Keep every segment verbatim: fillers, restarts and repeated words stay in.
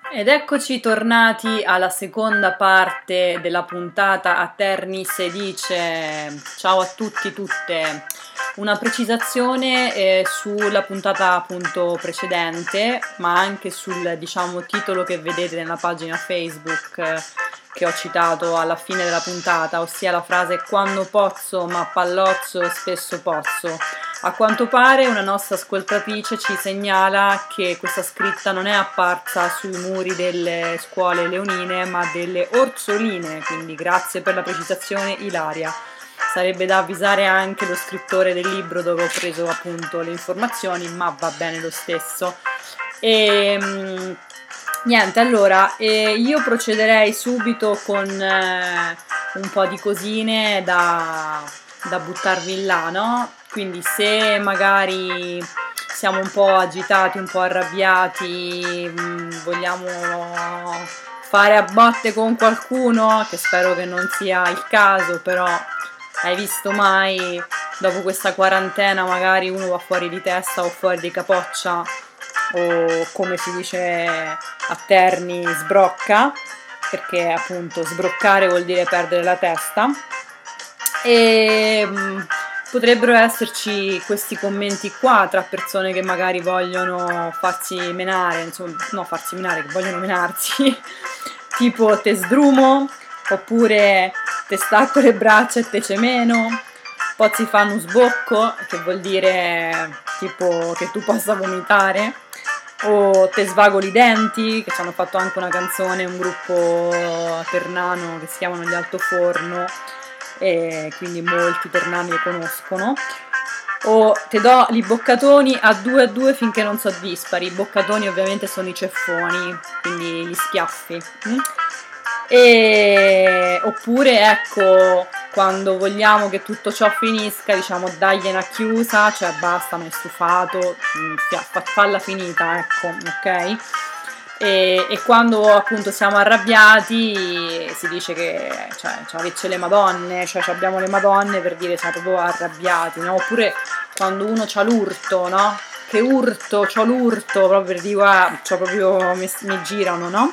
Ed eccoci tornati alla seconda parte della puntata a Terni dice. Ciao a tutti, tutte. Una precisazione eh, sulla puntata appunto precedente, ma anche sul diciamo titolo che vedete nella pagina Facebook eh, che ho citato alla fine della puntata, ossia la frase quando pozzo ma pallozzo spesso pozzo. A quanto pare una nostra ascoltatrice ci segnala che questa scritta non è apparsa sui muri delle scuole leonine ma delle orsoline, quindi grazie per la precisazione Ilaria. Sarebbe da avvisare anche lo scrittore del libro dove ho preso appunto le informazioni, ma va bene lo stesso. E mh, niente, allora eh, io procederei subito con eh, un po' di cosine da, da buttarvi là, no? Quindi se magari siamo un po' agitati, un po' arrabbiati, mh, vogliamo fare a botte con qualcuno, che spero che non sia il caso, però hai visto mai dopo questa quarantena magari uno va fuori di testa o fuori di capoccia o come si dice a Terni sbrocca, perché appunto sbroccare vuol dire perdere la testa. E mh, potrebbero esserci questi commenti qua tra persone che magari vogliono farsi menare, insomma, no, farsi menare, che vogliono menarsi, tipo te sdrumo, oppure te stacco le braccia e te cemeno, poi si fanno un sbocco, che vuol dire tipo che tu possa vomitare, o te svagoli i denti, che ci hanno fatto anche una canzone, un gruppo ternano che si chiamano Gli Altoforno, e quindi molti ternani le conoscono. O te do i boccatoni a due a due finché non so dispari. I boccatoni ovviamente sono i ceffoni, quindi gli schiaffi. Mm? E oppure ecco, quando vogliamo che tutto ciò finisca, diciamo dagli una chiusa, cioè basta, mi hai stufato, falla finita, ecco, ok? E, e quando appunto siamo arrabbiati si dice che cioè, c'avecce le madonne, cioè abbiamo le madonne per dire siamo proprio arrabbiati, no? Oppure quando uno c'ha l'urto, no? Che urto, c'ho l'urto, proprio per dire ah, c'ho proprio mi, mi girano, no?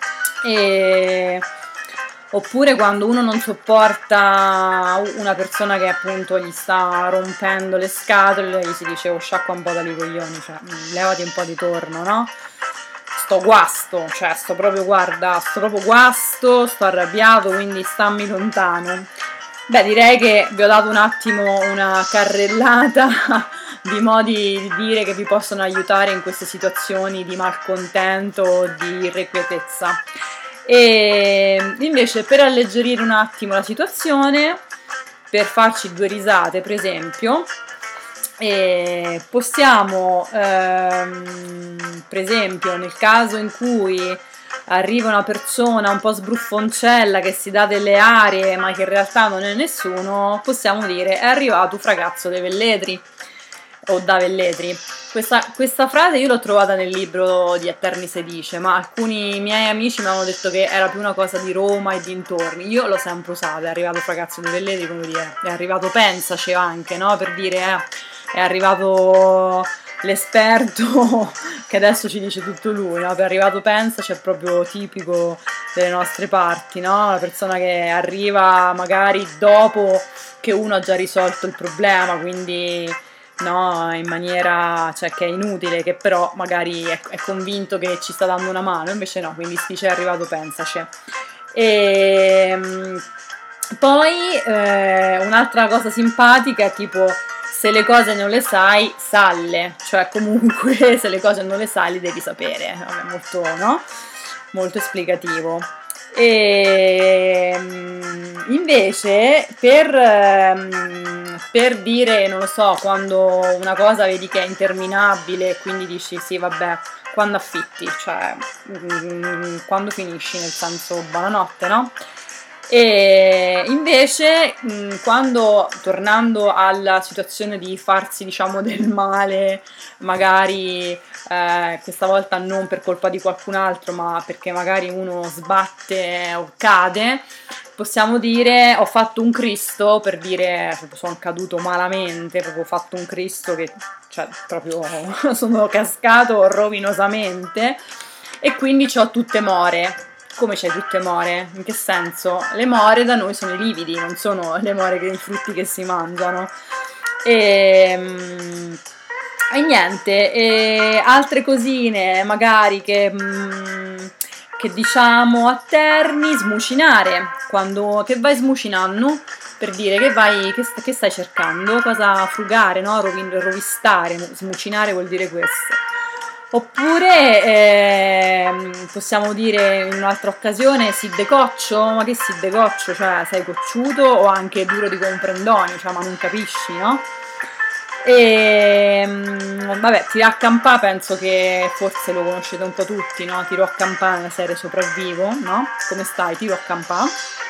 E oppure quando uno non sopporta una persona che appunto gli sta rompendo le scatole, gli si dice oh sciacqua un po' dai coglioni, cioè levati un po' di torno, no? Sto guasto, cioè sto proprio, guarda, sto proprio guasto, sto arrabbiato, quindi stammi lontano. Beh, direi che vi ho dato un attimo una carrellata di modi di dire che vi possono aiutare in queste situazioni di malcontento o di irrequietezza. E invece per alleggerire un attimo la situazione, per farci due risate per esempio, e possiamo ehm, per esempio nel caso in cui arriva una persona un po' sbruffoncella che si dà delle arie ma che in realtà non è nessuno, possiamo dire è arrivato un ragazzo dei Velletri o da Velletri. Questa, questa frase io l'ho trovata nel libro di A Terni si dice, ma alcuni miei amici mi hanno detto che era più una cosa di Roma e dintorni. Io l'ho sempre usata, è arrivato un ragazzo dei Velletri, come dire, è arrivato pensaci anche, no? Per dire eh, è arrivato l'esperto che adesso ci dice tutto lui, no? Per arrivato pensaci è proprio tipico delle nostre parti, no? La persona che arriva magari dopo che uno ha già risolto il problema, quindi no, in maniera, cioè che è inutile, che però magari è, è convinto che ci sta dando una mano, invece no, quindi si dice è arrivato pensaci. E poi eh, un'altra cosa simpatica è tipo se le cose non le sai, salle, cioè comunque se le cose non le sai le devi sapere, è molto, no? Molto esplicativo. E invece per, per dire, non lo so, quando una cosa vedi che è interminabile, quindi dici sì vabbè, quando affitti, cioè quando finisci, nel senso buonanotte, no? E invece quando, tornando alla situazione di farsi diciamo del male, magari eh, questa volta non per colpa di qualcun altro ma perché magari uno sbatte o cade, possiamo dire ho fatto un Cristo, per dire sono caduto malamente, proprio ho fatto un Cristo che cioè proprio sono cascato rovinosamente e quindi ho tutte more. Come c'hai tutte more? In che senso? Le more da noi sono i lividi, non sono le more che i frutti che si mangiano. E, e niente, e altre cosine magari che, che diciamo a Terni, smucinare, quando che vai smucinando, per dire che vai, che, che stai cercando, cosa frugare, no? Rovin, rovistare, smucinare vuol dire questo. Oppure eh, possiamo dire in un'altra occasione si decoccio, ma che si decoccio, cioè sei cocciuto o anche duro di comprendonio, cioè ma non capisci, no? E vabbè, Tiro a campà penso che forse lo conoscete un po' tutti, no? Tiro a campà nella serie Sopravvivo, no? Come stai? Tiro a campà.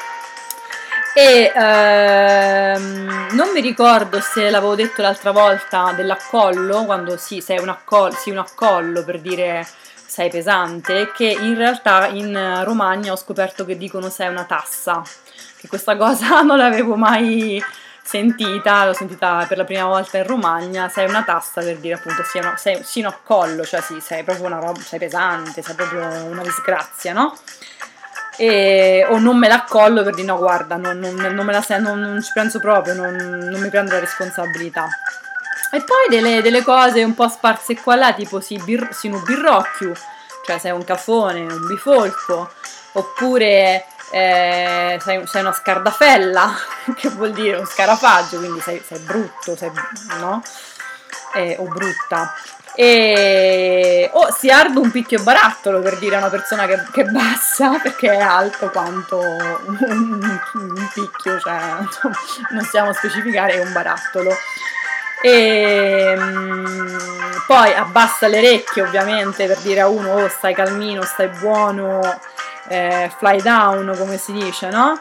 E ehm, non mi ricordo se l'avevo detto l'altra volta dell'accollo, quando sì, sei un accollo, sì, un accollo per dire sei pesante, che in realtà in Romagna ho scoperto che dicono sei una tassa, che questa cosa non l'avevo mai sentita, l'ho sentita per la prima volta in Romagna, sei una tassa per dire appunto sei, una, sei, sei un accollo, cioè sì, sei proprio una roba, sei pesante, sei proprio una disgrazia, no? E, o non me la accollo per dire no guarda non, non, non me la se, non, non ci penso proprio, non, non mi prendo la responsabilità. E poi delle, delle cose un po' sparse qua là, tipo si, bir, si un birrocchio, cioè sei un cafone, un bifolco, oppure eh, sei, sei una scardafella, che vuol dire un scarafaggio, quindi sei, sei brutto, sei, no? Eh, o brutta. E o si arda un picchio barattolo per dire a una persona che, che è bassa perché è alto quanto un, un picchio, cioè non stiamo a specificare, è un barattolo. E mh, poi abbassa le orecchie ovviamente per dire a uno oh stai calmino, stai buono, eh, fly down come si dice, no?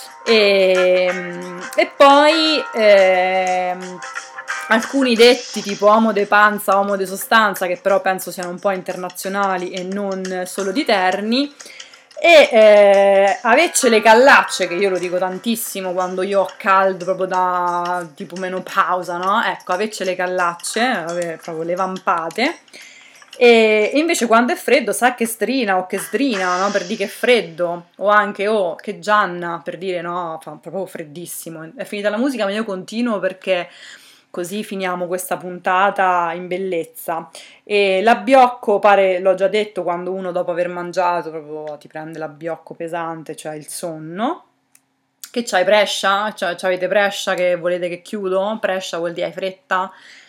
E, e poi eh, alcuni detti tipo uomo de panza, uomo de sostanza, che però penso siano un po' internazionali e non solo di Terni, e eh, avecce le callacce, che io lo dico tantissimo quando io ho caldo proprio da tipo menopausa, no? Ecco, avecce le callacce, proprio le vampate. E invece quando è freddo sa che strina o che sdrina, no? Per dire che è freddo, o anche oh che gianna, per dire no, fa proprio freddissimo. È finita la musica ma io continuo perché così finiamo questa puntata in bellezza. E l'abbiocco pare, l'ho già detto, quando uno dopo aver mangiato proprio ti prende l'abbiocco pesante, cioè il sonno. Che c'hai, prescia? Cioè, avete prescia che volete che chiudo? Prescia vuol dire hai fretta.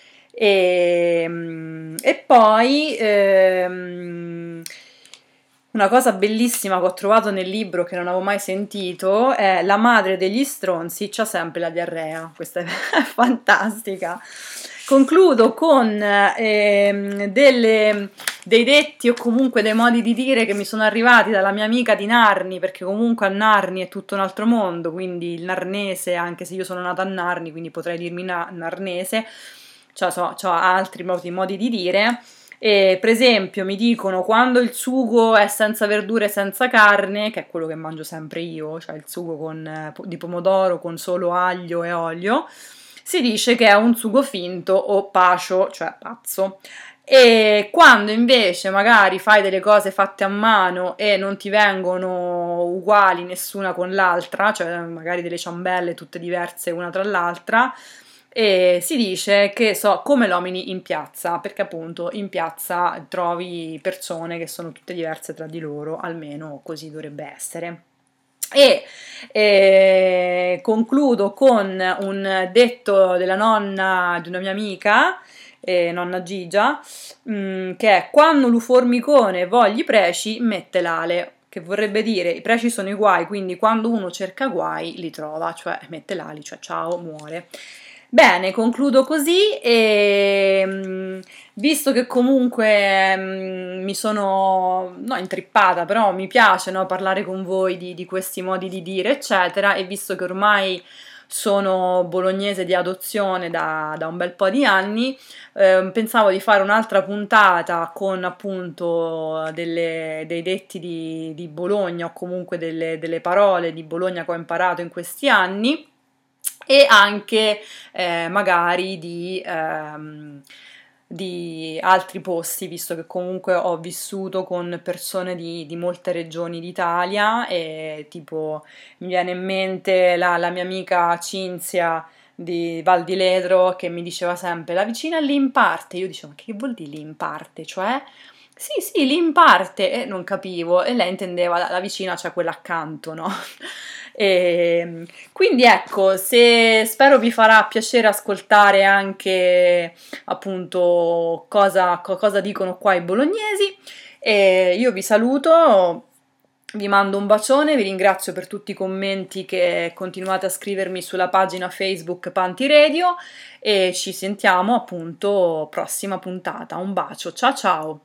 E, e poi ehm, una cosa bellissima che ho trovato nel libro che non avevo mai sentito è la madre degli stronzi c'ha sempre la diarrea. Questa è fantastica. Concludo con ehm, delle, dei detti o comunque dei modi di dire che mi sono arrivati dalla mia amica di Narni, perché comunque a Narni è tutto un altro mondo, quindi il narnese, anche se io sono nata a Narni, quindi potrei dirmi na- narnese, cioè so, so altri modi, modi di dire. E, per esempio mi dicono quando il sugo è senza verdure e senza carne, che è quello che mangio sempre io, cioè il sugo con, eh, di pomodoro con solo aglio e olio, si dice che è un sugo finto o pacio, cioè pazzo. E quando invece magari fai delle cose fatte a mano e non ti vengono uguali nessuna con l'altra, cioè magari delle ciambelle tutte diverse una tra l'altra, e si dice che so come l'omini in piazza, perché appunto in piazza trovi persone che sono tutte diverse tra di loro, almeno così dovrebbe essere. E eh, concludo con un detto della nonna di una mia amica, eh, nonna Gigia, mh, che è quando lu formicone vogli preci mette l'ale, che vorrebbe dire i preci sono i guai, quindi quando uno cerca guai li trova, cioè mette l'ali, cioè ciao, muore. Bene, concludo così e mh, visto che comunque mh, mi sono, no, intrippata, però mi piace, no, parlare con voi di, di questi modi di dire, eccetera, e visto che ormai sono bolognese di adozione da, da un bel po' di anni, eh, pensavo di fare un'altra puntata con appunto delle, dei detti di, di Bologna o comunque delle, delle parole di Bologna che ho imparato in questi anni e anche eh, magari di ehm, di altri posti, visto che comunque ho vissuto con persone di, di molte regioni d'Italia e tipo mi viene in mente la, la mia amica Cinzia di Val di Ledro che mi diceva sempre la vicina è lì in parte, io dicevo ma che vuol dire lì in parte, cioè sì sì lì in parte e non capivo e lei intendeva la, la vicina, cioè quella accanto, no? E, quindi ecco, se spero vi farà piacere ascoltare anche appunto cosa, co- cosa dicono qua i bolognesi. E io vi saluto, vi mando un bacione, vi ringrazio per tutti i commenti che continuate a scrivermi sulla pagina Facebook Panti Radio e ci sentiamo appunto prossima puntata. Un bacio, ciao ciao!